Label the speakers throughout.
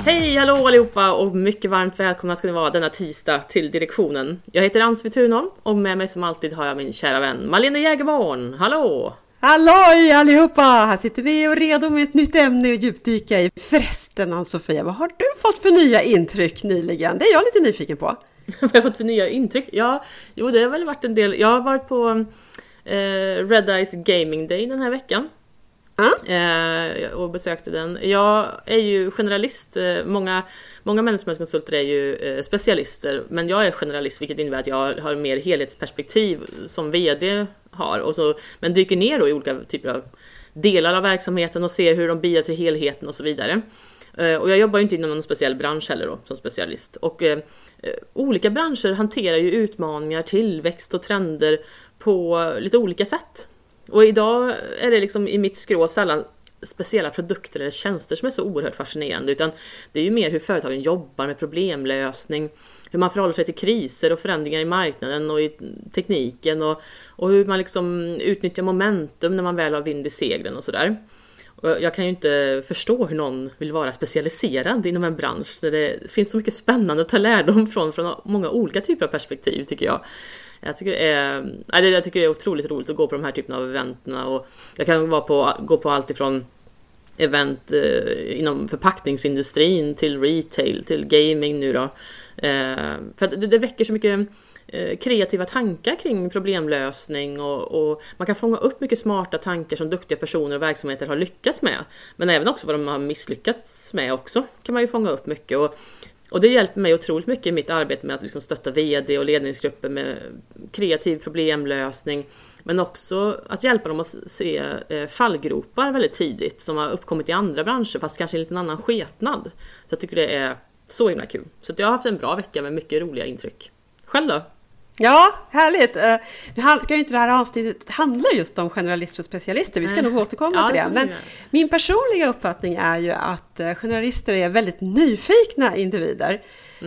Speaker 1: Hej, hallå allihopa och mycket varmt välkomna ska ni vara denna tisdag till direktionen. Jag heter Ann-Sofie Thunholm och med mig som alltid har jag min kära vän Malene Jägerborn. Hallå!
Speaker 2: Halloj allihopa! Här sitter vi och redo med ett nytt ämne att djupdyka i. Förresten Ann-Sofie, vad har du fått för nya intryck nyligen? Det är jag lite nyfiken på.
Speaker 1: Vad har jag fått för nya intryck? Ja, jo det har väl varit en del. Jag har varit på Red Eyes Gaming Day den här veckan. Och besökte den. Jag är ju generalist. Många managementkonsulter är ju specialister, men jag är generalist, vilket innebär att jag har mer helhetsperspektiv som vd har, och så, men dyker ner då i olika typer av delar av verksamheten och ser hur de bidrar till helheten och så vidare. Och jag jobbar ju inte inom någon speciell bransch heller då, som specialist. Och olika branscher hanterar ju utmaningar, tillväxt och trender på lite olika sätt. Och idag är det liksom i mitt skrå sällan speciella produkter eller tjänster som är så oerhört fascinerande, utan det är ju mer hur företagen jobbar med problemlösning, hur man förhåller sig till kriser och förändringar i marknaden och i tekniken, och hur man liksom utnyttjar momentum när man väl har vind i seglen och sådär. Och jag kan ju inte förstå hur någon vill vara specialiserad inom en bransch där det finns så mycket spännande att ta lärdom från många olika typer av perspektiv, tycker jag. Jag tycker det är otroligt roligt att gå på de här typerna av eventen, och jag kan gå på allt ifrån event inom förpackningsindustrin till retail till gaming nu då. För att det väcker så mycket kreativa tankar kring problemlösning, och man kan fånga upp mycket smarta tankar som duktiga personer och verksamheter har lyckats med, men även också vad de har misslyckats med också kan man ju fånga upp mycket, och det hjälper mig otroligt mycket i mitt arbete med att liksom stötta vd och ledningsgrupper med kreativ problemlösning, men också att hjälpa dem att se fallgropar väldigt tidigt som har uppkommit i andra branscher fast kanske i en liten annan skepnad. Så jag tycker det är så himla kul. Så jag har haft en bra vecka med mycket roliga intryck. Själv då?
Speaker 2: Ja, härligt. Nu ska ju inte det här avsnittet handla just om generalister och specialister. Vi ska nog återkomma till det. Men min personliga uppfattning är ju att generalister är väldigt nyfikna individer.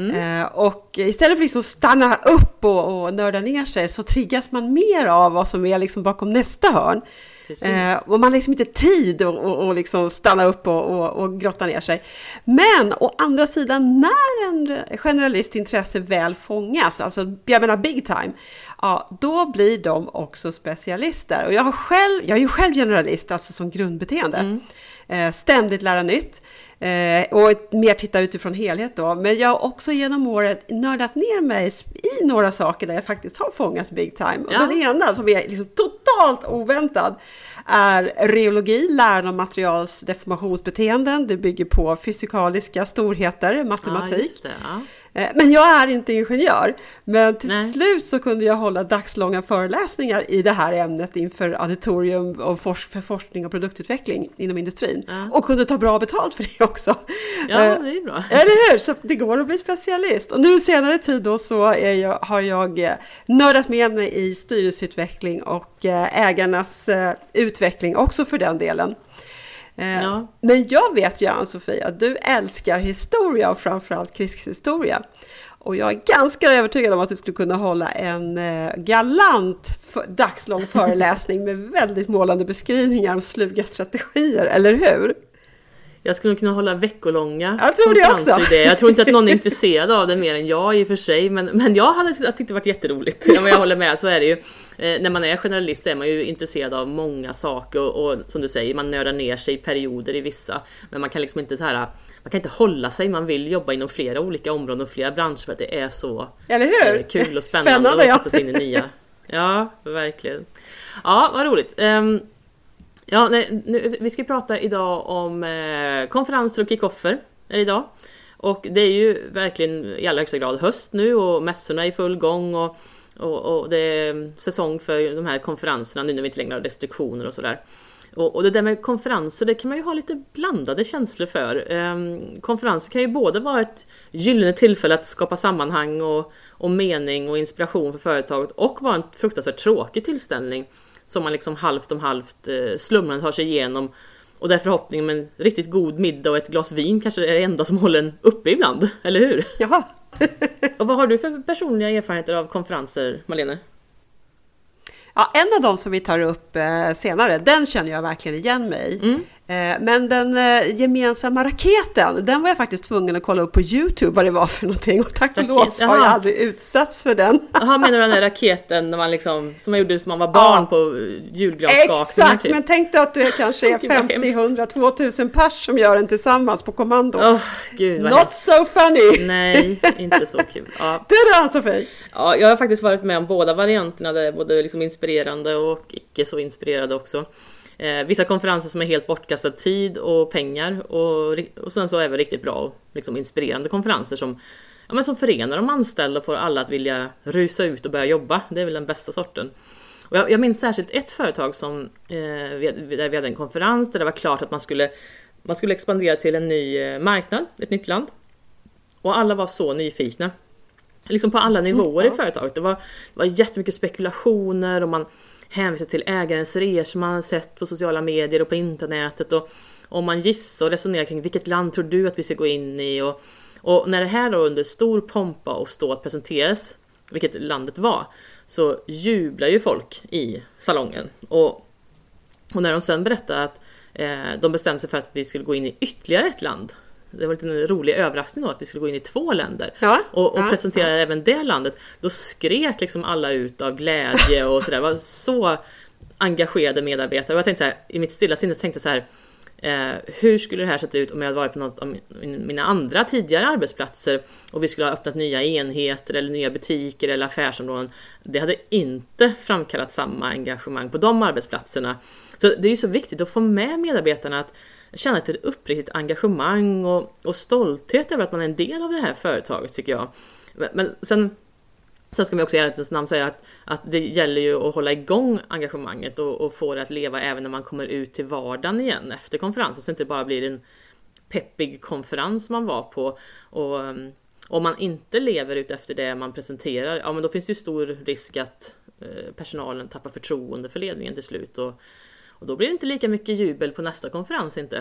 Speaker 2: Och istället för liksom stanna upp och nörda ner sig, så triggas man mer av vad som är liksom bakom nästa hörn. Och man har liksom inte tid att liksom stanna upp och grotta ner sig. Men å andra sidan, när en generalistintresse väl fångas, alltså jag menar big time, ja, då blir de också specialister. Och jag är ju själv generalist, alltså som grundbeteende. Ständigt lära nytt. Och mer titta utifrån helhet då. Men jag har också genom året nördat ner mig i några saker där jag faktiskt har fångats big time. Och den ena som är liksom totalt oväntad är reologi, läran om materials deformationsbeteenden. Det bygger på fysikaliska storheter, matematik.
Speaker 1: Just det, ja.
Speaker 2: Men jag är inte ingenjör. Men till slut så kunde jag hålla dagslånga föreläsningar i det här ämnet inför auditorium och för forskning och produktutveckling inom industrin. Och kunde ta bra betalt för det också.
Speaker 1: Ja, det är bra.
Speaker 2: Eller hur? Så det går att bli specialist. Och nu senare tid då så har jag nördat med mig i styrelseutveckling och ägarnas utveckling också för den delen. Men jag vet ju, Ann-Sofie, att du älskar historia och framförallt krigshistoria. Och jag är ganska övertygad om att du skulle kunna hålla en galant dagslång föreläsning med väldigt målande beskrivningar om sluga strategier, eller hur?
Speaker 1: Jag skulle nog kunna hålla veckolånga
Speaker 2: konferenser
Speaker 1: i det. Jag tror inte att någon är intresserad av det mer än jag i och för sig. Men jag tyckte det varit jätteroligt. Ja, men jag håller med, så är det ju. När man är generalist så är man ju intresserad av många saker. Och som du säger, man nördar ner sig i perioder i vissa. Men man kan liksom inte man kan inte hålla sig. Man vill jobba inom flera olika områden och flera branscher för att det är så kul och spännande att sätta sig in i nya. Ja, verkligen. Ja, vad roligt. Vi ska prata idag om konferenser och kickoffer idag. Och det är ju verkligen i allra högsta grad höst nu och mässorna är i full gång och det är säsong för de här konferenserna nu när vi inte längre har restriktioner och sådär. Och det där med konferenser, det kan man ju ha lite blandade känslor för. Konferenser kan ju både vara ett gyllene tillfälle att skapa sammanhang och mening och inspiration för företaget, och vara en fruktansvärt tråkig tillställning som man liksom halvt om halvt slumrande tar sig igenom, och där förhoppningen med en riktigt god middag och ett glas vin kanske är det enda som håller en uppe ibland, eller hur?
Speaker 2: Jaha.
Speaker 1: Och vad har du för personliga erfarenheter av konferenser, Malene?
Speaker 2: Ja, en av dem som vi tar upp senare, den känner jag verkligen igen mig Men den gemensamma raketen, den var jag faktiskt tvungen att kolla upp på YouTube vad det var för någonting. Och tack och lov så har jag aldrig utsatts för den.
Speaker 1: Jaha, menar du den där raketen när man liksom, som man gjorde som man var barn på julgransskakningar?
Speaker 2: Exakt, typ. Men tänk dig att du kanske är 50, 100, 2000 pers som gör den tillsammans på kommando.
Speaker 1: Gud, vad
Speaker 2: Not
Speaker 1: hemskt.
Speaker 2: so funny!
Speaker 1: Nej, inte så kul. Ja.
Speaker 2: Det är det alltså, Sofie.
Speaker 1: Ja, jag har faktiskt varit med om båda varianterna, där både liksom inspirerande och icke så inspirerade också. Vissa konferenser som är helt bortkastad tid och pengar och sen så även riktigt bra och liksom inspirerande konferenser som förenar de anställda och får alla att vilja rusa ut och börja jobba. Det är väl den bästa sorten. Och jag minns särskilt ett företag som där vi hade en konferens där det var klart att man skulle expandera till en ny marknad, ett nytt land. Och alla var så nyfikna. Liksom på alla nivåer i företaget. Det var jättemycket spekulationer och man hänvisar till ägarens resor man sett på sociala medier och på internetet och man gissar och resonerar kring vilket land tror du att vi ska gå in i och när det här då under stor pompa och ståt presenteras vilket landet var så jublar ju folk i salongen och när de sen berättar att de bestämde sig för att vi skulle gå in i ytterligare ett land. Det var lite en rolig överraskning då att vi skulle gå in i 2 länder och presentera även det landet. Då skrek liksom alla ut av glädje och sådär. Det var så engagerade medarbetare. Och jag tänkte så här, i mitt stilla sinne så tänkte jag så här, hur skulle det här sett ut om jag hade varit på något av mina andra tidigare arbetsplatser och vi skulle ha öppnat nya enheter eller nya butiker eller affärsområden. Det hade inte framkallat samma engagemang på de arbetsplatserna. Så det är ju så viktigt att få med medarbetarna att känna ett uppriktigt engagemang och stolthet över att man är en del av det här företaget, tycker jag. Men sen ska vi också i ärlighetens namn säga att det gäller ju att hålla igång engagemanget och få det att leva även när man kommer ut till vardagen igen efter konferensen, så att det inte bara blir en peppig konferens man var på. Och om man inte lever ut efter det man presenterar, ja men då finns det ju stor risk att personalen tappar förtroende för ledningen till slut och då blir det inte lika mycket jubel på nästa konferens inte.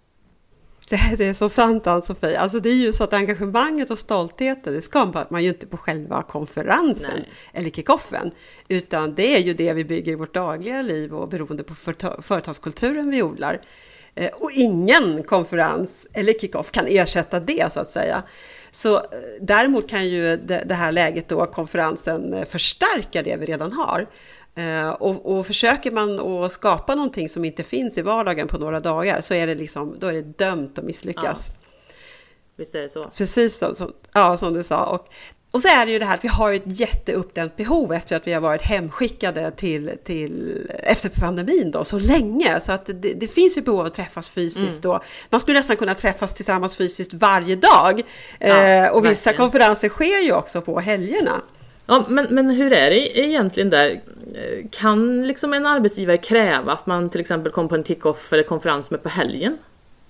Speaker 2: Det är så sant alltså, Sofie. Alltså det är ju så att engagemanget och stoltheten, det skapar man ju inte på själva konferensen eller kickoffen. Utan det är ju det vi bygger i vårt dagliga liv och beroende på företagskulturen vi odlar. Och ingen konferens eller kickoff kan ersätta det så att säga. Så däremot kan ju det här läget då, konferensen, förstärka det vi redan har. Och försöker man att skapa någonting som inte finns i vardagen på några dagar så är det liksom, då är det dömt att misslyckas.
Speaker 1: Ja. Visst är det så.
Speaker 2: Precis som du sa. Och så är det ju det här att vi har ett jätteuppdämt behov efter att vi har varit hemskickade till efter pandemin då, så länge. Så att det finns ju behov av att träffas fysiskt då. Man skulle nästan kunna träffas tillsammans fysiskt varje dag. Och vissa konferenser sker ju också på helgerna.
Speaker 1: Ja, men hur är det egentligen där? Kan liksom en arbetsgivare kräva att man till exempel kommer på en kick-off eller konferens med på helgen?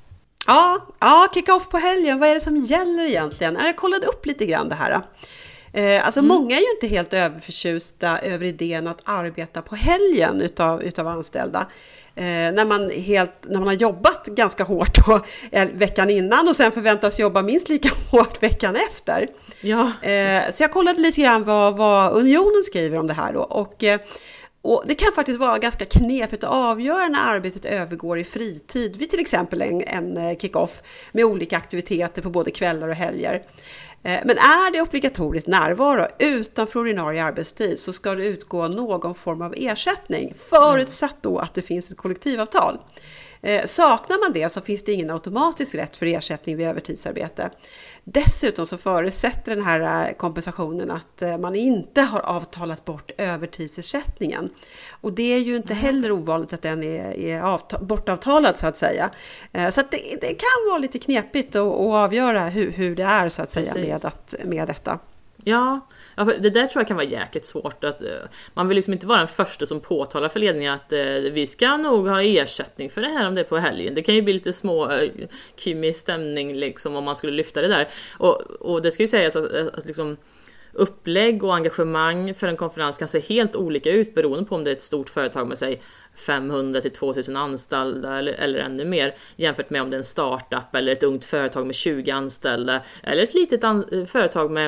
Speaker 2: Ja, kick-off på helgen. Vad är det som gäller egentligen? Jag kollade upp lite grann det här. Många är ju inte helt överförtjusta över idén att arbeta på helgen utav anställda. När man har jobbat ganska hårt då, veckan innan och sen förväntas jobba minst lika hårt veckan efter.
Speaker 1: Ja.
Speaker 2: Så jag kollade lite grann vad Unionen skriver om det här då. Och det kan faktiskt vara ganska knepigt att avgöra när arbetet övergår i fritid vid till exempel en kick-off med olika aktiviteter på både kvällar och helger. Men är det obligatoriskt närvaro utanför ordinarie arbetstid så ska det utgå någon form av ersättning förutsatt då att det finns ett kollektivavtal. Saknar man det så finns det ingen automatisk rätt för ersättning vid övertidsarbete. Dessutom så förutsätter den här kompensationen att man inte har avtalat bort övertidsersättningen. Och det är ju inte heller ovanligt att den är bortavtalad så att säga. Så att det kan vara lite knepigt att avgöra hur det är så att säga med detta.
Speaker 1: Ja, det där tror jag kan vara jäkligt svårt. Att man vill liksom inte vara den första som påtalar för ledningen att vi ska nog ha ersättning för det här om det är på helgen. Det kan ju bli lite kymig stämning liksom, om man skulle lyfta det där. Och det ska ju sägas att liksom, upplägg och engagemang för en konferens kan se helt olika ut beroende på om det är ett stort företag med sig 500 till 2000 anställda eller ännu mer jämfört med om det är en startup eller ett ungt företag med 20 anställda eller ett litet företag med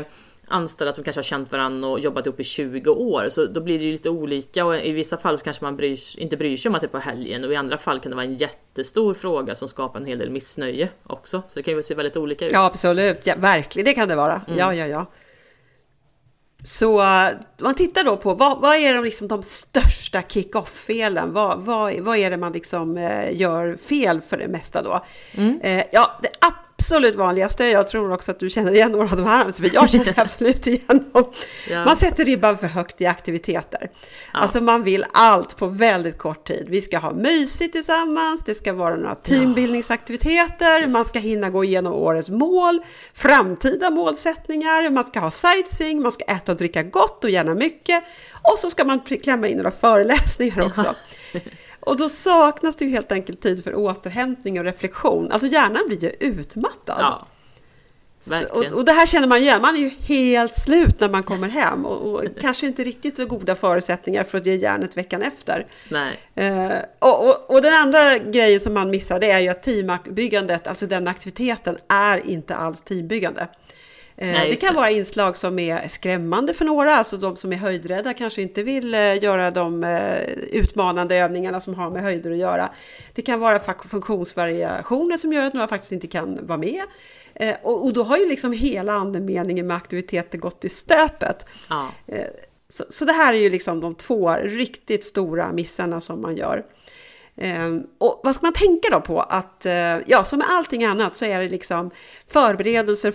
Speaker 1: anställda som kanske har känt varandra och jobbat upp i 20 år. Så då blir det ju lite olika, och i vissa fall så kanske man inte bryr sig om att det är på helgen, och i andra fall kan det vara en jättestor fråga som skapar en hel del missnöje också. Så det kan ju se väldigt olika ut.
Speaker 2: Ja, absolut. Ja, verkligen, det kan det vara. Ja. Så man tittar då på vad är liksom de största kick-off-felen? Vad är det man liksom gör fel för det mesta då? Det absolut vanligaste, jag tror också att du känner igen några av de här, för jag känner absolut igen dem. Ja. Man sätter ribban för högt i aktiviteter. Ja. Alltså man vill allt på väldigt kort tid. Vi ska ha mysigt tillsammans, det ska vara några teambildningsaktiviteter, man ska hinna gå igenom årets mål, framtida målsättningar, man ska ha sightseeing, man ska äta och dricka gott och gärna mycket, och så ska man klämma in några föreläsningar också. Ja. Och då saknas det ju helt enkelt tid för återhämtning och reflektion. Alltså hjärnan blir ju utmattad.
Speaker 1: Ja, verkligen.
Speaker 2: Och det här känner man igen. Man är ju helt slut när man kommer hem. Och kanske inte riktigt så goda förutsättningar för att ge hjärnet veckan efter.
Speaker 1: Nej.
Speaker 2: Och den andra grejen som man missar, det är ju att teambyggandet, alltså den aktiviteten, är inte alls teambyggande. Nej, det kan vara inslag som är skrämmande för några, alltså de som är höjdrädda kanske inte vill göra de utmanande övningarna som har med höjder att göra. Det kan vara funktionsvariationer som gör att några faktiskt inte kan vara med. Och då har ju liksom hela andemeningen med aktiviteter gått i stöpet. Ja. Så det här är ju liksom de 2 riktigt stora missarna som man gör. Och vad ska man tänka då på? Att som med allting annat så är det liksom förberedelser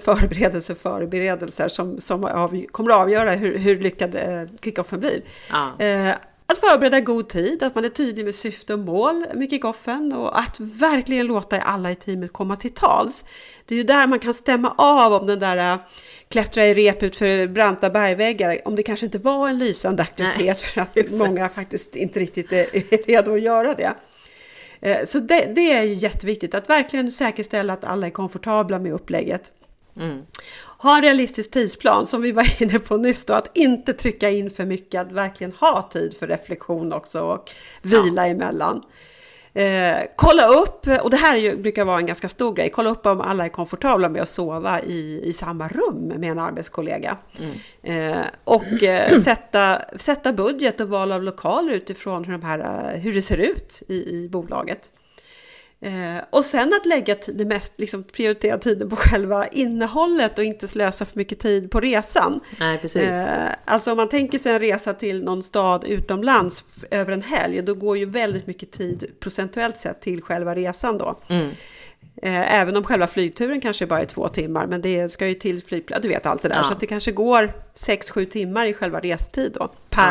Speaker 2: som kommer att avgöra hur lyckad kickoffen blir. Att förbereda god tid, att man är tydlig med syfte och mål med kickoffen, och att verkligen låta alla i teamet komma till tals. Det är ju där man kan stämma av om den där klättra i rep ut för branta bergväggar, om det kanske inte var en lysande aktivitet. För att många faktiskt inte riktigt är redo att göra det. Så det är ju jätteviktigt att verkligen säkerställa att alla är komfortabla med upplägget. Ha en realistisk tidsplan som vi var inne på nyss då, att inte trycka in för mycket, att verkligen ha tid för reflektion också och vila emellan. Kolla upp, och det här brukar vara en ganska stor grej, kolla upp om alla är komfortabla med att sova i samma rum med en arbetskollega. Och sätta budget och val av lokaler utifrån hur det ser ut i bolaget. Och sen att lägga det mest prioritera tiden på själva innehållet och inte slösa för mycket tid på resan.
Speaker 1: Nej, precis.
Speaker 2: Alltså om man tänker sig en resa till någon stad utomlands över en helg, då går ju väldigt mycket tid procentuellt sett till själva resan då. Även om själva flygturen kanske bara är 2 timmar, men det ska ju till flygplats, du vet allt det där. Så att det kanske går 6-7 timmar i själva restid då,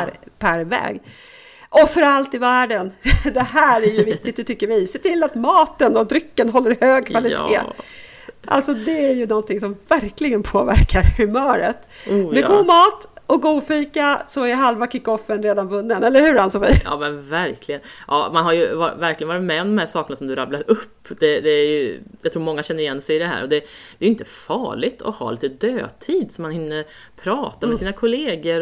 Speaker 2: per väg. Och för allt i världen, det här är ju viktigt, det tycker vi. Se till att maten och drycken håller hög kvalitet. Ja. Alltså det är ju någonting som verkligen påverkar humöret. Med god mat och god fika så är halva kickoffen redan vunnen, eller hur Ann-Sofie?
Speaker 1: Ja, men verkligen. Ja, man har ju verkligen varit med om de här sakerna som du rabblar upp. Det är ju, jag tror många känner igen sig i det här. Och det är ju inte farligt att ha lite dödtid så man hinner prata med sina kollegor.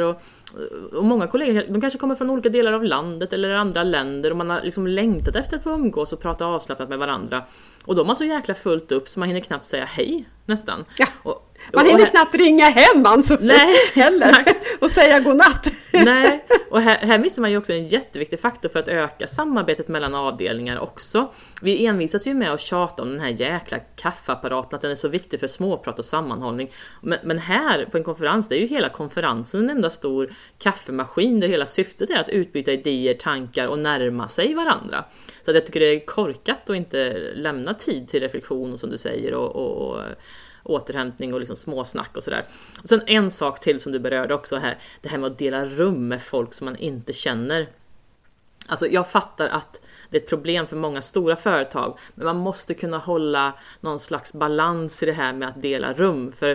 Speaker 1: Och många kollegor, de kanske kommer från olika delar av landet eller andra länder, och man har liksom längtat efter att få umgås och prata avslappnat med varandra. Och de har så jäkla fullt upp så man hinner knappt säga hej nästan.
Speaker 2: Ja. Man hinner knappt ringa hem Ann-Sofie heller och säga godnatt.
Speaker 1: Nej, och här missar man ju också en jätteviktig faktor för att öka samarbetet mellan avdelningar också. Vi envisas ju med att tjata om den här jäkla kaffeapparaten, att den är så viktig för småprat och sammanhållning. Men här på en konferens, det är ju hela konferensen en enda stor kaffemaskin där hela syftet är att utbyta idéer, tankar och närma sig varandra. Så att jag tycker det är korkat att inte lämna tid till reflektion och som du säger och återhämtning och liksom småsnack och sådär. Och sen en sak till som du berörde också här, det här med att dela rum med folk som man inte känner. Alltså jag fattar att det är ett problem för många stora företag, men man måste kunna hålla någon slags balans i det här med att dela rum. För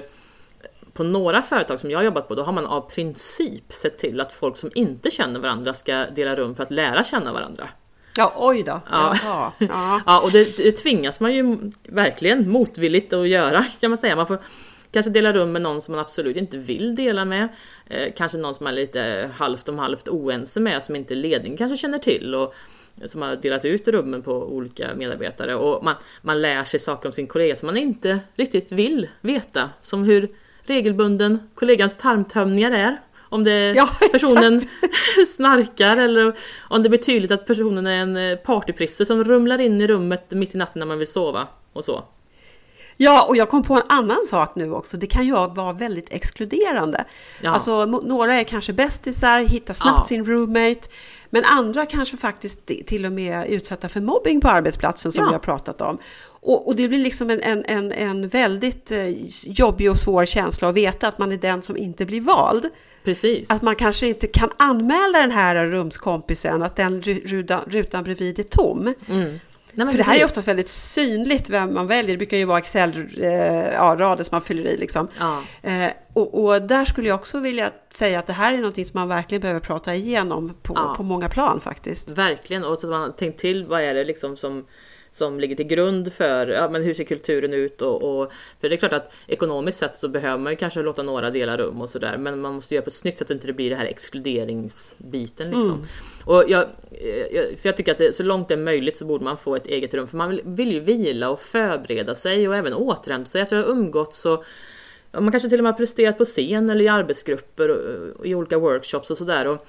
Speaker 1: på några företag som jag har jobbat på, då har man av princip sett till att folk som inte känner varandra ska dela rum för att lära känna varandra.
Speaker 2: Ja, oj då.
Speaker 1: Ja, ja, och det tvingas man ju verkligen motvilligt att göra, kan man säga. Man får kanske dela rum med någon som man absolut inte vill dela med. Kanske någon som man är lite halvt om halvt oense med, som inte ledningen kanske känner till och som har delat ut rummen på olika medarbetare. Och man lär sig saker om sin kollega som man inte riktigt vill veta. Som hur regelbunden kollegans tarmtömningar är. Om det personen snarkar eller om det blir tydligt att personen är en partyprisse som rumlar in i rummet mitt i natten när man vill sova och så.
Speaker 2: Ja, och jag kom på en annan sak nu också. Det kan ju vara väldigt exkluderande. Ja. Alltså, några är kanske bästisar, hittar snabbt sin roommate. Men andra kanske faktiskt till och med är utsatta för mobbing på arbetsplatsen som vi har pratat om. Och det blir liksom en väldigt jobbig och svår känsla att veta att man är den som inte blir vald.
Speaker 1: Precis.
Speaker 2: Att man kanske inte kan anmäla den här rumskompisen att den rutan bredvid är tom. Mm. Nej, för det här är oftast väldigt synligt vem man väljer. Det brukar ju vara Excel-rader som man fyller i. Liksom. Ja. Och där skulle jag också vilja säga att det här är något som man verkligen behöver prata igenom på många plan faktiskt.
Speaker 1: Verkligen, och så att man har tänkt till vad är det liksom som ligger till grund för men hur ser kulturen ut och för det är klart att ekonomiskt sett så behöver man ju kanske låta några dela rum och sådär, men man måste göra på ett snyggt sätt så att det inte blir det här exkluderingsbiten liksom. Och jag tycker att så långt det är möjligt så borde man få ett eget rum, för man vill ju vila och förbereda sig och även återhämta sig efter att ha umgåtts och man kanske till och med har presterat på scen eller i arbetsgrupper och i olika workshops och sådär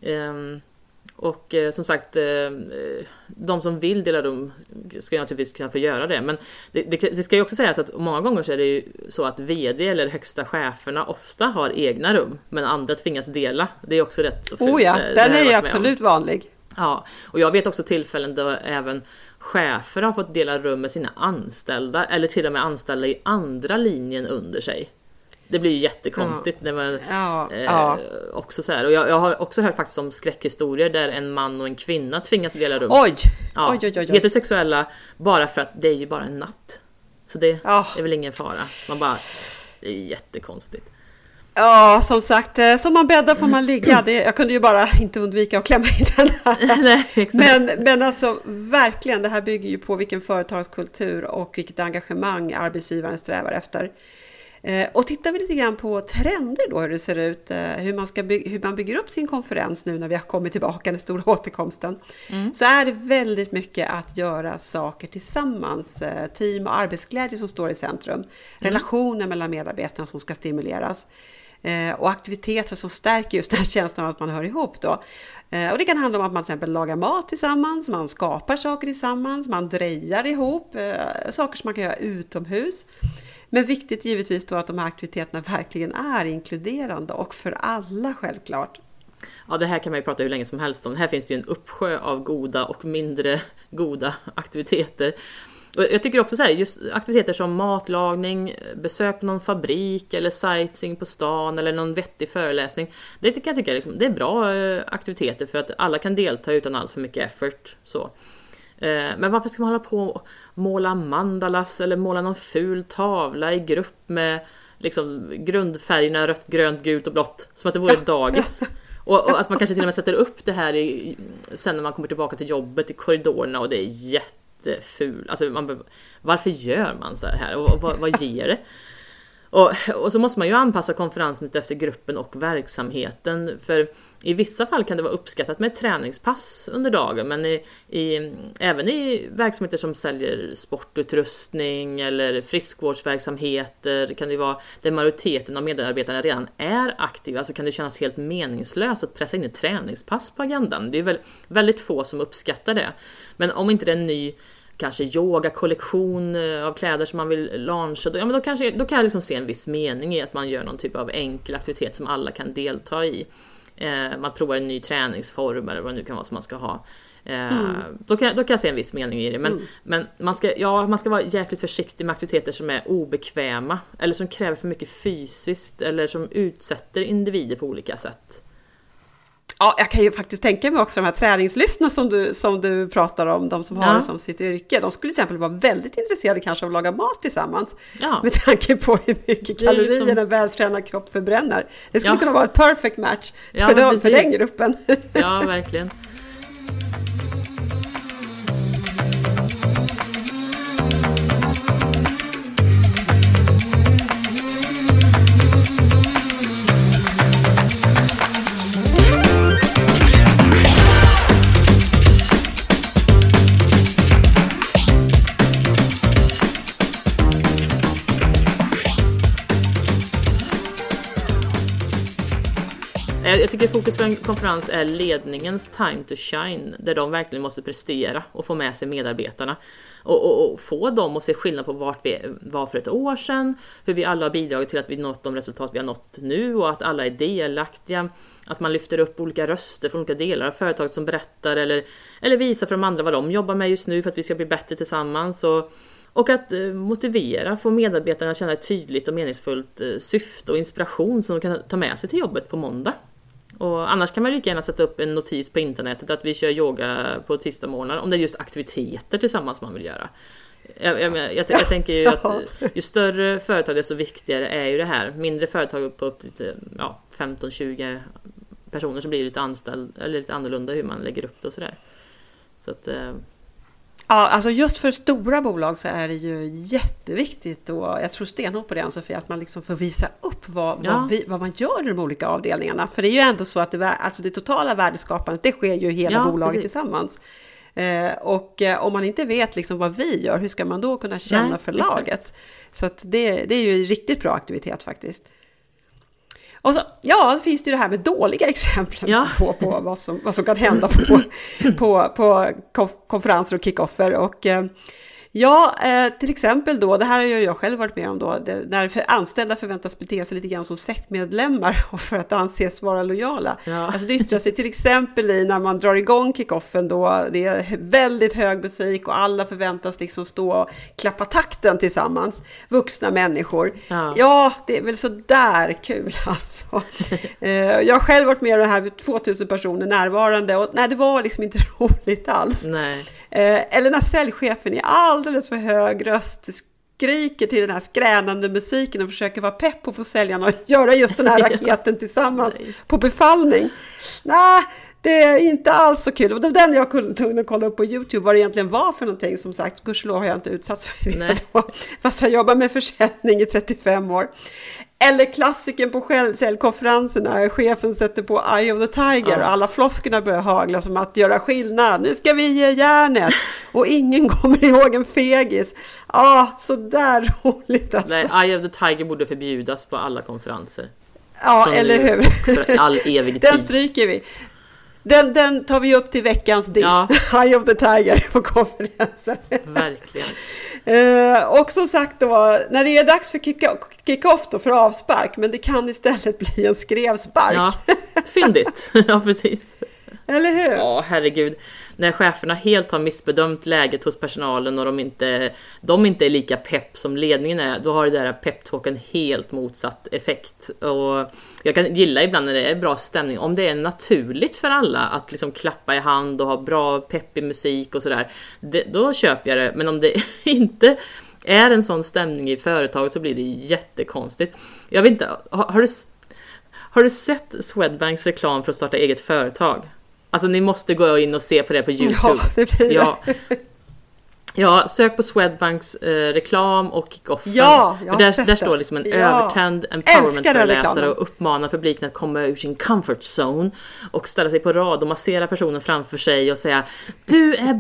Speaker 1: och som sagt, de som vill dela rum ska naturligtvis kunna få göra det. Men det ska ju också sägas att många gånger så är det ju så att vd eller högsta cheferna ofta har egna rum, men andra tvingas dela. Det är också rätt så fult.
Speaker 2: Den är ju absolut vanlig.
Speaker 1: Ja, och jag vet också tillfällen då även chefer har fått dela rum med sina anställda eller till och med anställda i andra linjen under sig. Det blir ju jättekonstigt när man också så här. Och jag har också hört faktiskt om skräckhistorier där en man och en kvinna tvingas dela rum.
Speaker 2: Oj.
Speaker 1: Heterosexuella bara för att det är ju bara en natt. Så det är väl ingen fara. Det är jättekonstigt.
Speaker 2: Ja, som sagt, som man bäddar får man ligga. Jag kunde ju bara inte undvika att klämma in den här.
Speaker 1: Nej, exakt.
Speaker 2: Men alltså verkligen, det här bygger ju på vilken företagskultur och vilket engagemang arbetsgivaren strävar efter. Och tittar vi lite grann på trender då, hur det ser ut, hur man bygger upp sin konferens nu när vi har kommit tillbaka den stora återkomsten, så är det väldigt mycket att göra saker tillsammans, team och arbetsglädje som står i centrum, relationer mellan medarbetarna som ska stimuleras och aktiviteter som stärker just den här känslan av att man hör ihop då. Och det kan handla om att man till exempel lagar mat tillsammans, man skapar saker tillsammans, man drejar ihop, saker som man kan göra utomhus. Men viktigt givetvis då att de här aktiviteterna verkligen är inkluderande och för alla självklart.
Speaker 1: Ja, det här kan man ju prata hur länge som helst om. Här finns det ju en uppsjö av goda och mindre goda aktiviteter. Och jag tycker också så här, just aktiviteter som matlagning, besök på någon fabrik eller sightseeing på stan eller någon vettig föreläsning. Det tycker jag liksom, det är bra aktiviteter för att alla kan delta utan allt för mycket effort så. Men varför ska man hålla på och måla mandalas eller måla någon ful tavla i grupp med liksom grundfärgerna rött, grönt, gult och blått som att det vore ett dagis? Och att man kanske till och med sätter upp det här sen när man kommer tillbaka till jobbet i korridorerna och det är jätteful. Alltså varför gör man så här och vad ger det? Och så måste man ju anpassa konferensen efter gruppen och verksamheten, för i vissa fall kan det vara uppskattat med ett träningspass under dagen, men även i verksamheter som säljer sportutrustning eller friskvårdsverksamheter kan det vara där majoriteten av medarbetarna redan är aktiva, så kan det kännas helt meningslöst att pressa in ett träningspass på agendan. Det är väl väldigt få som uppskattar det, men om inte det är en ny kanske yoga-kollektion av kläder som man vill launcha, då kan jag liksom se en viss mening i att man gör någon typ av enkel aktivitet som alla kan delta i. Man provar en ny träningsform eller vad det nu kan vara som man ska ha. Då kan jag se en viss mening i det. Men man ska vara jäkligt försiktig med aktiviteter som är obekväma eller som kräver för mycket fysiskt eller som utsätter individer på olika sätt.
Speaker 2: Ja, jag kan ju faktiskt tänka mig också de här träningslyssna som du pratar om, de som har det som sitt yrke. De skulle till exempel vara väldigt intresserade kanske av att laga mat tillsammans. Ja. Med tanke på hur mycket kalorier liksom en vältränad kropp förbränner. Det skulle kunna vara ett perfect match för den gruppen.
Speaker 1: Ja, verkligen. jag tycker fokus för en konferens är ledningens time to shine, där de verkligen måste prestera och få med sig medarbetarna och få dem att se skillnad på vart vi var för ett år sedan, hur vi alla har bidragit till att vi nått de resultat vi har nått nu och att alla är delaktiga, att man lyfter upp olika röster från olika delar av företaget som berättar eller visar för de andra vad de jobbar med just nu för att vi ska bli bättre tillsammans och att motivera, få medarbetarna att känna ett tydligt och meningsfullt syfte och inspiration som de kan ta med sig till jobbet på måndag. Och annars kan man lika gärna sätta upp en notis på internetet att vi kör yoga på tisdag morgon, om det är just aktiviteter tillsammans man vill göra. Jag tänker ju att ju större företag desto viktigare är ju det här. Mindre företag på upp till 15-20 personer så blir det lite anställd eller lite annorlunda hur man lägger upp det och sådär. Så att
Speaker 2: ja, alltså just för stora bolag så är det ju jätteviktigt, och jag tror stenhårt på det, Ann-Sofie, att man liksom får visa upp vad man gör i de olika avdelningarna. För det är ju ändå så att det totala värdeskapandet, det sker ju i hela bolaget tillsammans. Och om man inte vet liksom vad vi gör, hur ska man då kunna känna för laget? Exakt. Så att det är ju riktigt bra aktivitet faktiskt. Och så, det finns det ju det här med dåliga exempel på vad som kan hända på konferenser och kickoffer. Och till exempel då, det här har jag själv varit med om då, när anställda förväntas bete sig lite grann som sektmedlemmar och för att anses vara lojala. Ja. Alltså det yttrar sig till exempel i när man drar igång kickoffen då, det är väldigt hög musik och alla förväntas liksom stå och klappa takten tillsammans. Vuxna människor. Ja, det är väl så där kul alltså. Jag har själv varit med om det här med 2000 personer närvarande och nej, det var liksom inte roligt alls.
Speaker 1: Nej.
Speaker 2: Eller när säljchefen är alldeles för hög röst skriker till den här skränande musiken och försöker vara pepp på att få säljarna att göra just den här raketen tillsammans på befallning. Nej, det är inte alls så kul. Och den jag kunde kolla upp på YouTube vad det egentligen var för någonting. Som sagt, gudskelov har jag inte utsatts för det då, fast jag jobbar med försäljning i 35 år. Eller klassiken på säljkonferensen när chefen sätter på Eye of the Tiger och alla floskorna börjar hagla som att göra skillnad. Nu ska vi ge järnet och ingen kommer ihåg en fegis. Så där roligt alltså.
Speaker 1: Nej, Eye of the Tiger borde förbjudas på alla konferenser.
Speaker 2: Ja, från eller hur?
Speaker 1: För all evig tid.
Speaker 2: Den stryker vi. Den tar vi upp till veckans diss. Eye of the Tiger på konferensen.
Speaker 1: Verkligen.
Speaker 2: Och som sagt då, när det är dags för kick-off då för avspark, men det kan istället bli en skrevspark.
Speaker 1: Ja, fyndigt. Ja, precis.
Speaker 2: Eller hur?
Speaker 1: Ja, herregud. När cheferna helt har missbedömt läget hos personalen och de inte är lika pepp som ledningen är, då har det där peptalken helt motsatt effekt. Och jag kan gilla ibland när det är bra stämning, om det är naturligt för alla att liksom klappa i hand och ha bra peppig musik och sådär, då köper jag det. Men om det inte är en sån stämning i företaget så blir det jättekonstigt. Jag vet inte, har du sett Swedbanks reklam för att starta eget företag? Alltså ni måste gå in och se på det på YouTube.
Speaker 2: Ja, det blir det.
Speaker 1: Ja, sök på Swedbanks reklam och kickoffen.
Speaker 2: Ja,
Speaker 1: där står liksom en övertänd empowerment-föreläsare och uppmanar publiken att komma ur sin comfort zone och ställa sig på rad och massera personen framför sig och säga du är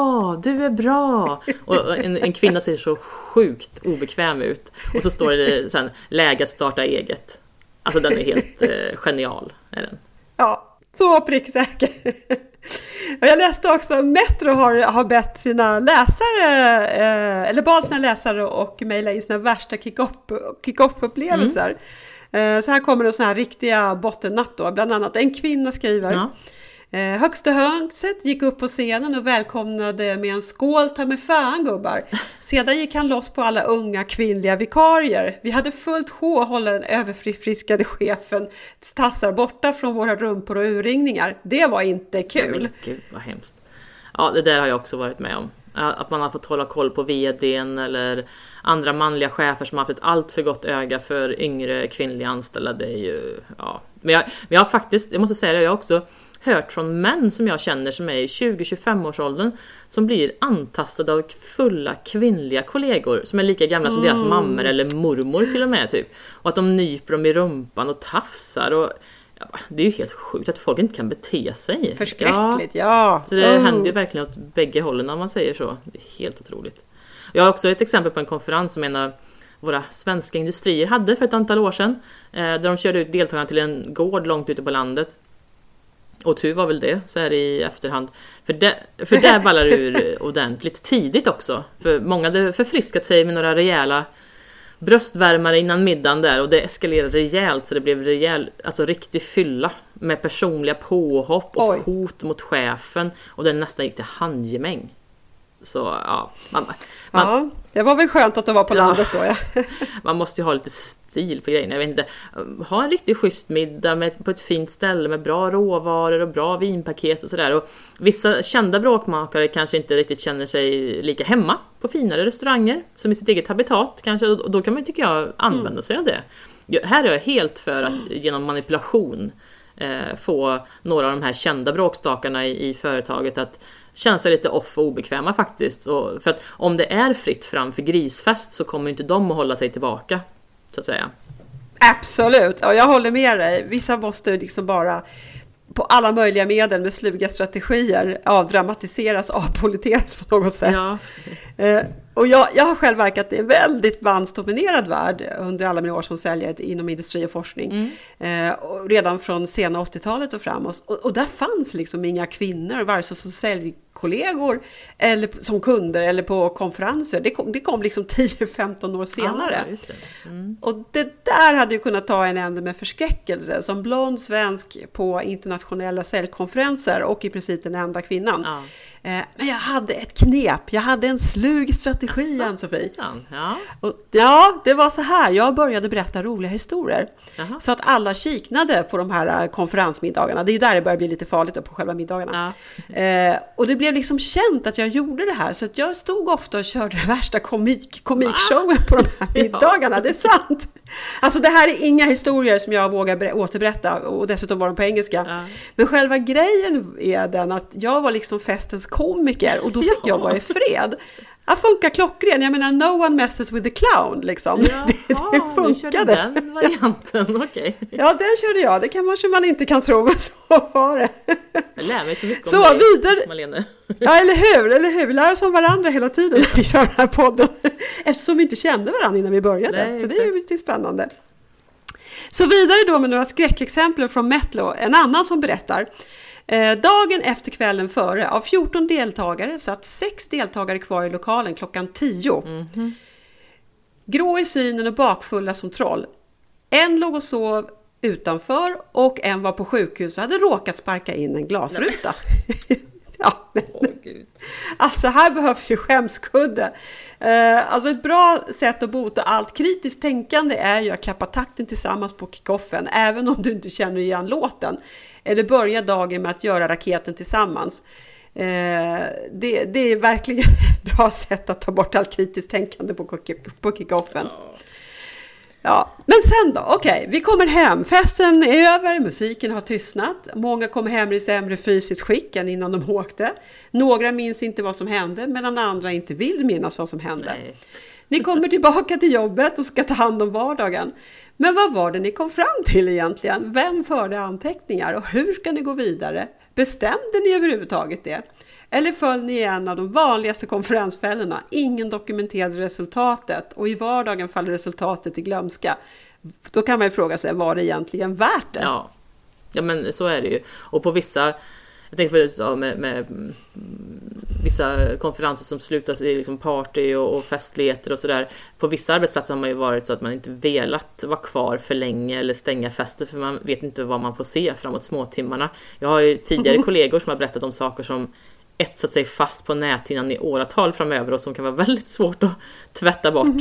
Speaker 1: bra. Och en kvinna ser så sjukt obekväm ut. Och så står det sen läge att starta eget. Alltså den är helt genial, är den.
Speaker 2: Ja. Så pricksäker. Jag läste också att Metro har bett sina läsare, eller bad sina läsare och mejla in sina värsta kick-off-upplevelser. Så här kommer det såna här riktiga bottennapp då. Bland annat en kvinna skriver. Ja. Högsta hönset gick upp på scenen och välkomnade med en skål, ta med fan gubbar. Sedan gick han loss på alla unga kvinnliga vikarier. Vi hade fullt sjå att hålla den överfriskade chefen tassar borta från våra rumpor och urringningar. Det var inte kul.
Speaker 1: Men gud, vad hemskt. Ja, det där har jag också varit med om. Att man har fått hålla koll på vdn eller andra manliga chefer som har haft ett allt för gott öga för yngre kvinnliga anställda. Det är ju, ja. Men jag har faktiskt, jag måste säga det, jag har också hört från män som jag känner som är i 20-25 års åldern som blir antastade av fulla kvinnliga kollegor som är lika gamla som deras mammor eller mormor till och med typ. Och att de nyper dem i rumpan och tafsar och det är ju helt sjukt att folk inte kan bete sig.
Speaker 2: Förskräckligt, ja.
Speaker 1: Så det händer ju verkligen åt bägge hållen när man säger så. Det är helt otroligt. Jag har också ett exempel på en konferens som en av våra svenska industrier hade för ett antal år sedan. Där de körde ut deltagarna till en gård långt ute på landet. Och tur var väl det, så här i efterhand. För där ballar det ur ordentligt tidigt också. För många hade förfriskat sig med några rejäla bröstvärmare innan middagen där. Och det eskalerade rejält, så det blev alltså riktig fylla. Med personliga påhopp och hot mot chefen. Och den nästan gick till handgemäng. Så ja,
Speaker 2: ja, det var väl skönt att det var på landet då. Ja.
Speaker 1: Man måste ju ha lite stil på grejerna. Jag vet inte, ha en riktigt schysst middag på ett fint ställe med bra råvaror och bra vinpaket och sådär. Och vissa kända bråkmakare kanske inte riktigt känner sig lika hemma på finare restauranger som i sitt eget habitat kanske. Och då kan man, tycker jag, använda sig av det. Här är jag helt för att genom manipulation få några av de här kända bråkstakarna i företaget att känna sig lite off och obekväma faktiskt. För att om det är fritt fram för grisfest så kommer inte de att hålla sig tillbaka, så att säga.
Speaker 2: Absolut, och jag håller med dig. Vissa måste liksom bara på alla möjliga medel med sluga strategier avdramatiseras, avpoliteras på något sätt. Ja. Och jag har själv verkat i en väldigt mansdominerad värld under alla mina år som säljare inom industri och forskning. Och redan från sena 80-talet och framåt. Och där fanns liksom inga kvinnor, vare sig som säljkollegor eller som kunder eller på konferenser. Det kom liksom 10-15 år senare.
Speaker 1: Just det.
Speaker 2: Och det där hade ju kunnat ta en ände med förskräckelse. Som blond svensk på internationella säljkonferenser och i princip den enda kvinnan. Ja. Men jag hade ett knep. Jag hade en slug strategi, Ann-Sofie.
Speaker 1: Ja.
Speaker 2: Och, ja, det var så här. Jag började berätta roliga historier.
Speaker 1: Jaha.
Speaker 2: Så att alla kiknade på de här konferensmiddagarna. Det är ju där det börjar bli lite farligt på själva middagarna. Ja. Och det blev liksom känt att jag gjorde det här. Så att jag stod ofta och körde det värsta komikshowen på de här middagarna. Det är sant. Alltså det här är inga historier som jag vågar återberätta. Och dessutom var de på engelska. Ja. Men själva grejen är den att jag var liksom festens komiker. Och då fick jag vara i fred. Det funkar klockren. Jag menar, no one messes with the clown, liksom. Det funkade.
Speaker 1: Du körde den varianten, okej.
Speaker 2: Ja, den körde jag. Det kan man inte kan tro, men så var det.
Speaker 1: Jag lär mig så mycket om dig,
Speaker 2: vidare.
Speaker 1: Malene.
Speaker 2: Ja, eller hur? Vi lär oss om varandra hela tiden när vi kör den här podden. Eftersom vi inte kände varandra innan vi började. Nej, så det är ju lite spännande. Så vidare då med några skräckexempel från Metlo. En annan som berättar. Dagen efter kvällen före, av 14 deltagare satt 6 deltagare kvar i lokalen klockan 10. Grå i synen och bakfulla som troll. En låg och sov utanför och en var på sjukhus och hade råkat sparka in en glasruta. Ja, men,
Speaker 1: Gud.
Speaker 2: Alltså här behövs ju skämskudde. Alltså ett bra sätt att bota allt kritiskt tänkande är ju att klappa takten tillsammans på kickoffen, även om du inte känner igen låten. Eller börja dagen med att göra raketen tillsammans. Det är verkligen ett bra sätt att ta bort allt kritiskt tänkande på kickoffen. Ja, men sen då, okej, vi kommer hem, festen är över, musiken har tystnat, många kommer hem i sämre fysiskt skick än innan de åkte. Några minns inte vad som hände, medan andra inte vill minnas vad som hände. Nej. Ni kommer tillbaka till jobbet och ska ta hand om vardagen. Men vad var det ni kom fram till egentligen? Vem förde anteckningar och hur ska ni gå vidare? Bestämde ni överhuvudtaget det? Eller föll ni i en av de vanligaste konferensfällorna? Ingen dokumenterade resultatet och i vardagen faller resultatet i glömska. Då kan man ju fråga sig, var det egentligen värt det?
Speaker 1: Ja, men så är det ju. Och på vissa, jag tänkte på det med vissa konferenser som slutas i liksom party och festligheter och sådär. På vissa arbetsplatser har man ju varit så att man inte velat vara kvar för länge eller stänga fester för man vet inte vad man får se framåt småtimmarna. Jag har ju tidigare kollegor som har berättat om saker som etsat sig fast på näthinnan i åratal framöver och som kan vara väldigt svårt att tvätta bort.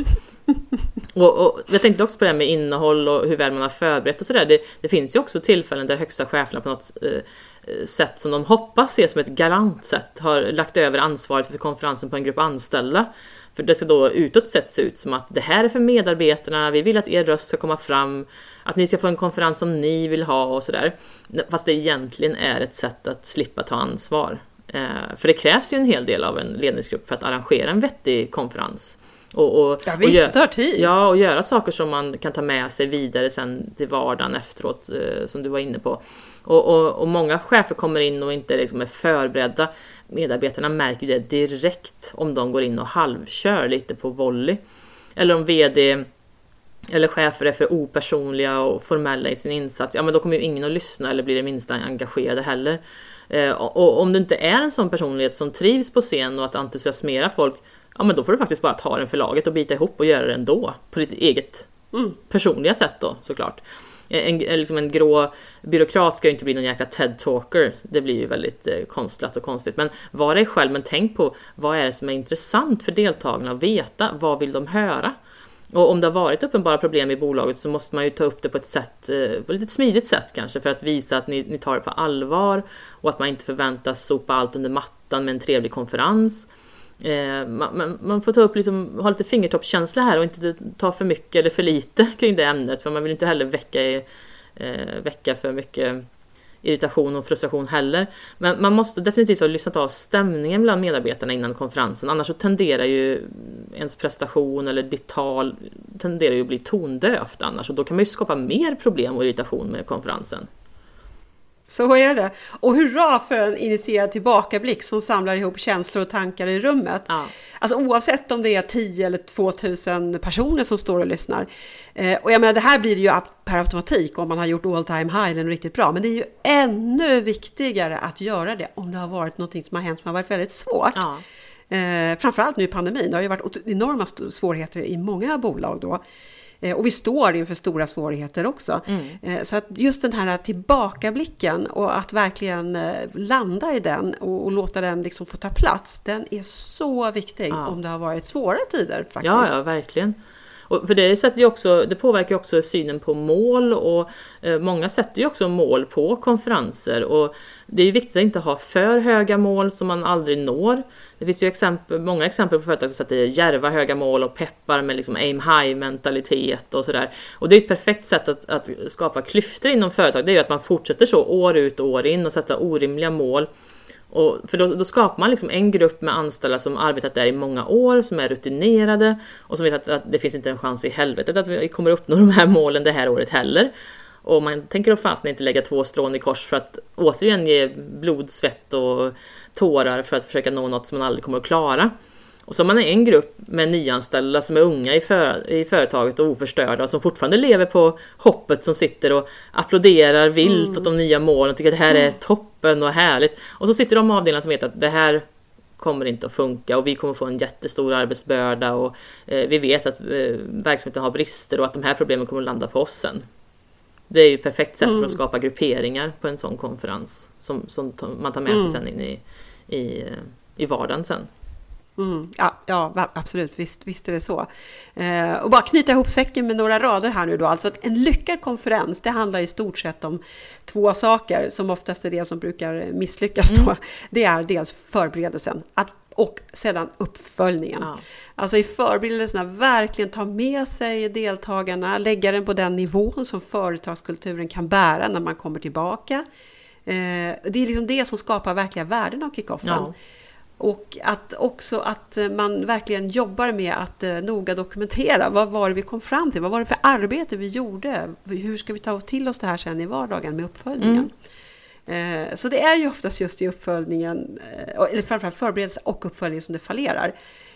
Speaker 1: Och jag tänkte också på det här med innehåll och hur väl man har förberett och sådär. Det finns ju också tillfällen där högsta cheferna på något sätt som de hoppas se som ett galant sätt har lagt över ansvaret för konferensen på en grupp anställda. För det ska då utåt sett se ut som att det här är för medarbetarna, vi vill att er röst ska komma fram, att ni ska få en konferens som ni vill ha och sådär. Fast det egentligen är ett sätt att slippa ta ansvar. För det krävs ju en hel del av en ledningsgrupp för att arrangera en vettig konferens.
Speaker 2: Ja, visst, det tar tid.
Speaker 1: Ja, och göra saker som man kan ta med sig vidare sen till vardagen efteråt, som du var inne på. Och många chefer kommer in och inte liksom är förberedda. Medarbetarna märker det direkt om de går in och halvkör lite på volley. eller om vd eller chefer är för opersonliga och formella i sin insats, ja men då kommer ju ingen att lyssna eller blir det minsta engagerade heller. Och om du inte är en sån personlighet som trivs på scen och att entusiasmera folk, ja men då får du faktiskt bara ta den för laget och bita ihop och göra det ändå på ditt eget personliga sätt då, såklart. En grå byråkrat ska ju inte bli någon jäkla TED-talker. Det blir ju väldigt konstlat och konstigt. Men var dig själv, men tänk på vad är det som är intressant för deltagarna att veta. Vad vill de höra? Och om det har varit uppenbara problem i bolaget så måste man ju ta upp det på ett sätt, på ett lite smidigt sätt kanske, för att visa att ni tar det på allvar och att man inte förväntas sopa allt under mattan med en trevlig konferens. Man får ta upp ha lite fingertoppskänsla här och inte ta för mycket eller för lite kring det ämnet, för man vill inte heller väcka för mycket irritation och frustration heller. Men man måste definitivt ha lyssnat av stämningen bland medarbetarna innan konferensen, annars så tenderar ju ens prestation eller ditt tal tenderar ju att bli tondövt annars, och då kan man ju skapa mer problem och irritation med konferensen.
Speaker 2: Så är det. Och hurra för en initierad tillbakablick som samlar ihop känslor och tankar i rummet. Ja. Alltså oavsett om det är 10 eller 2000 personer som står och lyssnar. Och jag menar, det här blir det ju per automatik om man har gjort all time high eller riktigt bra. Men det är ju ännu viktigare att göra det om det har varit något som har hänt som har varit väldigt svårt. Ja. Framförallt nu i pandemin. Det har ju varit enorma svårigheter i många bolag då. Och vi står inför stora svårigheter också. Så att just den här tillbakablicken och att verkligen landa i den och låta den liksom få ta plats, den är så viktig om det har varit svåra tider faktiskt.
Speaker 1: Ja, verkligen. Och för det påverkar ju också synen på mål, och många sätter ju också mål på konferenser, och det är ju viktigt att inte ha för höga mål som man aldrig når. Det finns ju många exempel på företag som sätter djärva höga mål och peppar med liksom aim high mentalitet och sådär. Och det är ett perfekt sätt att skapa klyftor inom företag. Det är ju att man fortsätter så år ut och år in och sätta orimliga mål. Och för då skapar man liksom en grupp med anställda som arbetat där i många år, som är rutinerade och som vet att det finns inte en chans i helvetet att vi kommer uppnå de här målen det här året heller. Och man tänker då fast inte lägga 2 strån i kors för att återigen ge blod, svett och tårar för att försöka nå något som man aldrig kommer att klara. Och så man är en grupp med nyanställda som är unga i företaget och oförstörda och som fortfarande lever på hoppet, som sitter och applåderar vilt åt de nya målen och tycker att det här är toppen och härligt. Och så sitter de avdelningar som vet att det här kommer inte att funka och vi kommer få en jättestor arbetsbörda och vi vet att verksamheten har brister och att de här problemen kommer att landa på oss sen. Det är ju ett perfekt sätt för att skapa grupperingar på en sån konferens som man tar med sig sen in i vardagen sen.
Speaker 2: Ja, absolut. Visst är det så. Och bara knyta ihop säcken med några rader här nu då. Alltså att en lyckad konferens, det handlar i stort sett om 2 saker som oftast är det som brukar misslyckas då. Det är dels förberedelsen och sedan uppföljningen. Ja. Alltså i förberedelserna verkligen ta med sig deltagarna, lägga den på den nivån som företagskulturen kan bära när man kommer tillbaka. Det är liksom det som skapar verkliga värden av kickoffen. Ja. Och att man verkligen jobbar med att noga dokumentera vad var det vi kom fram till, vad var det för arbete vi gjorde, hur ska vi ta till oss det här sen i vardagen med uppföljningen. Så det är ju oftast just i uppföljningen, eller framförallt förberedelse och uppföljning som det fallerar.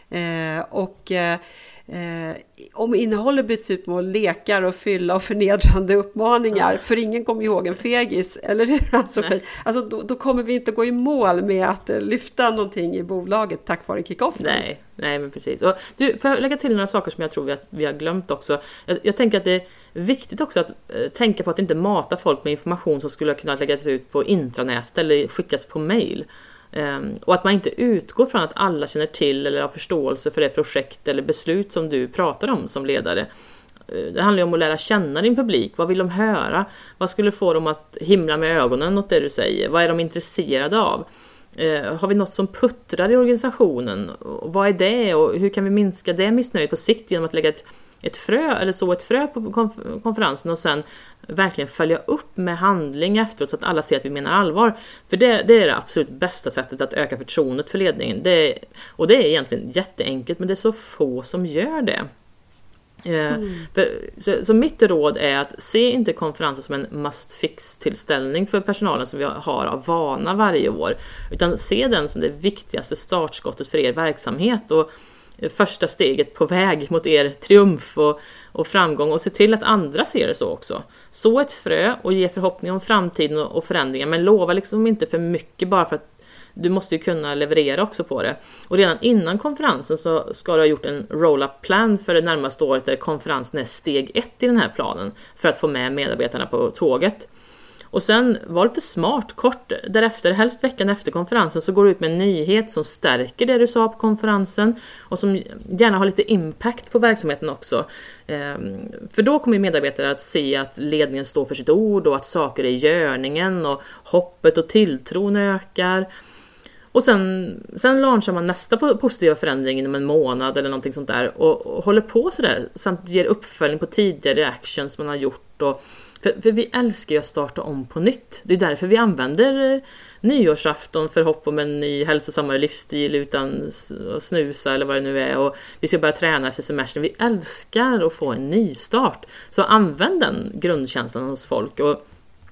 Speaker 2: Om innehållet byts ut mot lekar och fylla och förnedrande uppmaningar, för ingen kommer ihåg en fegis, eller hur? Alltså då kommer vi inte gå i mål med att lyfta någonting i bolaget tack vare kickoffen.
Speaker 1: Nej, men precis. Och får jag lägga till några saker som jag tror att vi har glömt också. Jag tänker att det är viktigt också att tänka på att inte mata folk med information som skulle kunna läggas ut på intranätet eller skickas på mail. Och att man inte utgår från att alla känner till eller har förståelse för det projekt eller beslut som du pratar om som ledare. Det handlar ju om att lära känna din publik. Vad vill de höra? Vad skulle få dem att himla med ögonen åt det du säger? Vad är de intresserade av? Har vi något som puttrar i organisationen? Och vad är det? Och hur kan vi minska det missnöjet på sikt genom att lägga ett frö eller så ett frö på konferensen och sen verkligen följa upp med handling efteråt så att alla ser att vi menar allvar. För det är det absolut bästa sättet att öka förtroendet för ledningen. Och det är egentligen jätteenkelt, men det är så få som gör det. Så mitt råd är att se inte konferensen som en must-fix-tillställning för personalen som vi har av vana varje år, utan se den som det viktigaste startskottet för er verksamhet. Och första steget på väg mot er triumf och framgång, och se till att andra ser det så också. Så ett frö och ge förhoppning om framtiden och förändringar, men lova liksom inte för mycket, bara för att du måste ju kunna leverera också på det. Och redan innan konferensen så ska du ha gjort en roll-up plan för det närmaste året, där konferensen är steg 1 i den här planen för att få med medarbetarna på tåget. Och sen var lite smart, kort därefter, helst veckan efter konferensen, så går du ut med en nyhet som stärker det du sa på konferensen och som gärna har lite impact på verksamheten också. För då kommer medarbetare att se att ledningen står för sitt ord och att saker är i görningen och hoppet och tilltron ökar. Och sen launchar man nästa positiva förändring inom en månad eller någonting sånt där och håller på sådär, samt ger uppföljning på tidigare actions man har gjort. För vi älskar ju att starta om på nytt. Det är därför vi använder nyårsafton för hopp om en ny hälsosammare livsstil utan att snusa eller vad det nu är. Och vi ska börja träna efter semestern. Vi älskar att få en ny start. Så använd den grundkänslan hos folk. Och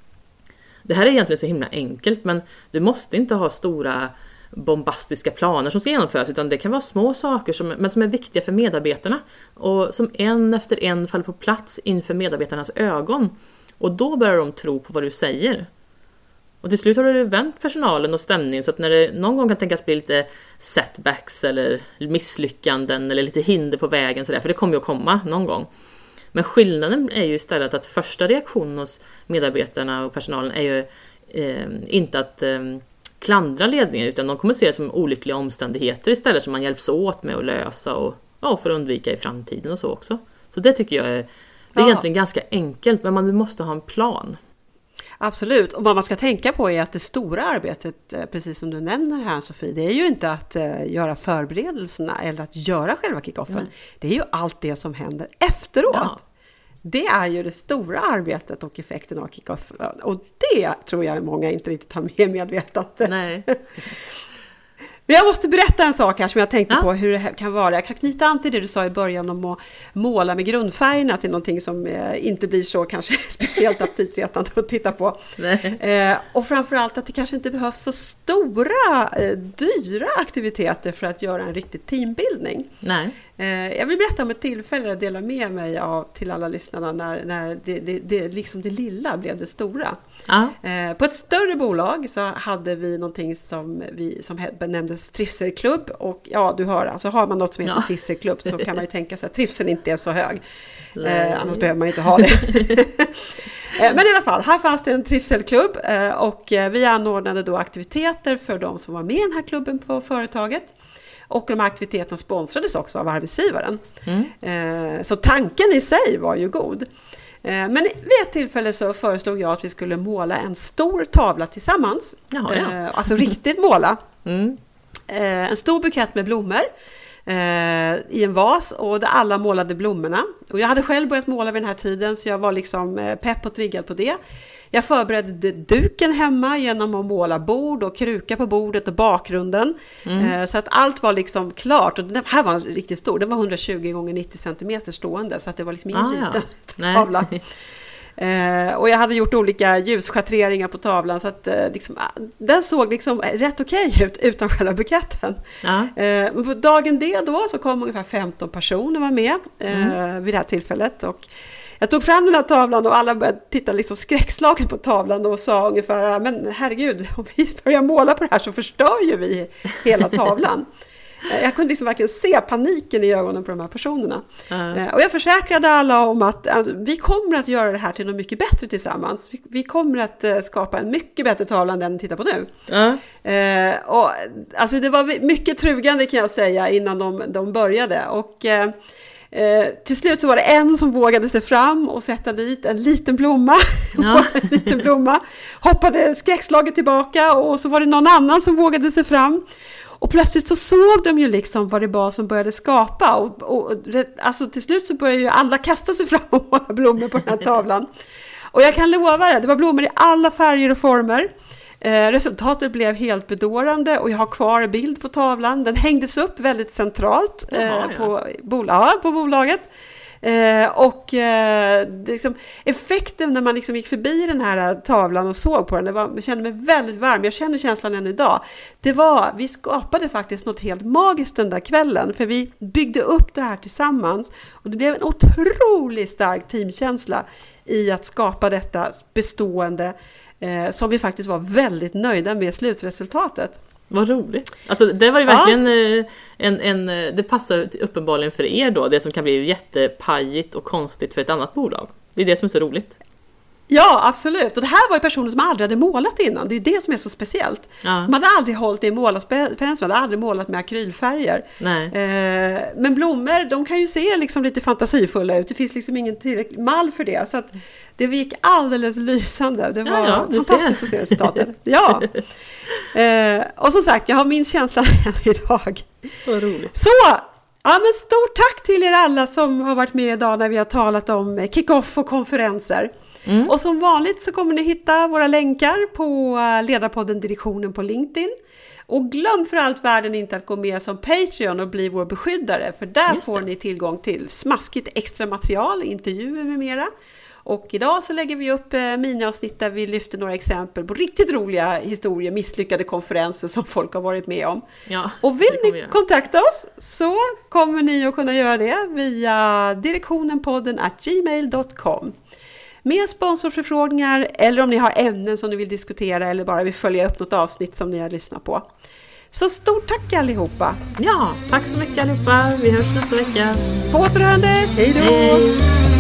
Speaker 1: det här är egentligen så himla enkelt, men du måste inte ha stora bombastiska planer som ska genomföras, utan det kan vara små saker som är viktiga för medarbetarna och som en efter en faller på plats inför medarbetarnas ögon, och då börjar de tro på vad du säger. Och till slut har du vänt personalen och stämningen så att när det någon gång kan tänkas bli lite setbacks eller misslyckanden eller lite hinder på vägen sådär, för det kommer ju att komma någon gång. Men skillnaden är ju istället att första reaktionen hos medarbetarna och personalen är ju inte att klandra ledningen, utan de kommer se det som olyckliga omständigheter istället, som man hjälps åt med att lösa och för att undvika i framtiden och så också. Så det tycker jag är egentligen ganska enkelt, men man måste ha en plan.
Speaker 2: Absolut, och vad man ska tänka på är att det stora arbetet, precis som du nämner här Sofie, det är ju inte att göra förberedelserna eller att göra själva kickoffen. Nej. Det är ju allt det som händer efteråt. Ja. Det är ju det stora arbetet och effekten av kickoff. Och det tror jag många inte riktigt har med medvetandet.
Speaker 1: Nej.
Speaker 2: Men jag måste berätta en sak här som jag tänkte på hur det kan vara. Jag kan knyta an till det du sa i början om att måla med grundfärgerna till någonting som inte blir så kanske speciellt aptitretande att titta på. Och framförallt att det kanske inte behövs så stora, dyra aktiviteter för att göra en riktig teambildning.
Speaker 1: Nej.
Speaker 2: Jag vill berätta om ett tillfälle jag delar med mig av till alla lyssnarna när det liksom det lilla blev det stora. På ett större bolag så hade vi någonting som benämndes trivselklubb, och ja, du hör, alltså har man något som heter trivselklubb så kan man ju tänka sig att trivseln inte är så hög. Annars behöver man inte ha det. Men i alla fall, här fanns det en trivselklubb och vi anordnade då aktiviteter för de som var med i den här klubben på företaget. Och de här aktiviteterna sponsrades också av arbetsgivaren. Så tanken i sig var ju god. Men vid ett tillfälle så föreslog jag att vi skulle måla en stor tavla tillsammans. Alltså riktigt måla. En stor bukett med blommor i en vas, och där alla målade blommorna. Och jag hade själv börjat måla vid den här tiden, så jag var liksom pepp och triggad på det. Jag förberedde duken hemma genom att måla bord och kruka på bordet och bakgrunden. Så att allt var liksom klart. Och den här var riktigt stor. Den var 120 gånger 90 cm stående. Så att det var liksom ingen liten tavla. Och jag hade gjort olika ljusschatteringar på tavlan. Så att liksom, den såg liksom rätt okej ut utan själva buketten. På dagen D då så kom ungefär 15 personer var med vid det här tillfället. Och jag tog fram den här tavlan och alla började titta liksom skräckslaget på tavlan och sa ungefär, men herregud, om vi börjar måla på det här så förstör ju vi hela tavlan. Jag kunde liksom verkligen se paniken i ögonen på de här personerna. Och jag försäkrade alla om att vi kommer att göra det här till något mycket bättre tillsammans. Vi kommer att skapa en mycket bättre tavla än den ni tittar på nu. Och alltså det var mycket trugande kan jag säga innan de började. Och till slut så var det en som vågade sig fram och sätta dit en liten blomma. En liten blomma. Hoppade skräckslaget tillbaka, och så var det någon annan som vågade sig fram. Och plötsligt så såg de ju liksom vad det var som började skapa. Och alltså till slut så började ju alla kasta sig fram och måla blommor på den här tavlan. Och jag kan lova det var blommor i alla färger och former. Resultatet blev helt bedårande, och jag har kvar en bild på tavlan. Den hängdes upp väldigt centralt på bolaget. Liksom, effekten när man liksom gick förbi den här tavlan och såg på den, jag kände mig väldigt varm, jag känner känslan än idag. Vi skapade faktiskt något helt magiskt den där kvällen, för vi byggde upp det här tillsammans och det blev en otroligt stark teamkänsla i att skapa detta bestående som vi faktiskt var väldigt nöjda med slutresultatet.
Speaker 1: Vad roligt. Alltså det var ju verkligen det passar uppenbarligen för er då, det som kan bli jättepajigt och konstigt för ett annat bolag. Det är det som är så roligt.
Speaker 2: Ja, absolut. Och det här var ju personer som aldrig hade målat innan. Det är ju det som är så speciellt. Ja. Man hade aldrig hållit i en målarpensel, man hade aldrig målat med akrylfärger.
Speaker 1: Nej.
Speaker 2: Men blommor, de kan ju se liksom lite fantasifulla ut. Det finns liksom ingen tillräcklig mall för det. Så att det gick alldeles lysande. Det var fantastiskt att se resultatet. Ja. Och som sagt, jag har min känsla än idag.
Speaker 1: Vad roligt.
Speaker 2: Så! Ja, men stort tack till er alla som har varit med idag när vi har talat om kick-off och konferenser. Och som vanligt så kommer ni hitta våra länkar på Ledarpodden Direktionen på LinkedIn. Och glöm för allt världen inte att gå med som Patreon och bli vår beskyddare. För där får ni tillgång till smaskigt extra material, intervjuer med mera. Och idag så lägger vi upp miniavsnitt där vi lyfter några exempel på riktigt roliga historier, misslyckade konferenser som folk har varit med om.
Speaker 1: Ja,
Speaker 2: och vill ni kontakta oss så kommer ni att kunna göra det via direktionenpodden@gmail.com. Med sponsorförfrågningar eller om ni har ämnen som ni vill diskutera eller bara vill följa upp något avsnitt som ni har lyssnat på. Så stort tack allihopa!
Speaker 1: Ja, tack så mycket allihopa. Vi hörs nästa vecka.
Speaker 2: På återhörande! Hej då!
Speaker 1: Hej.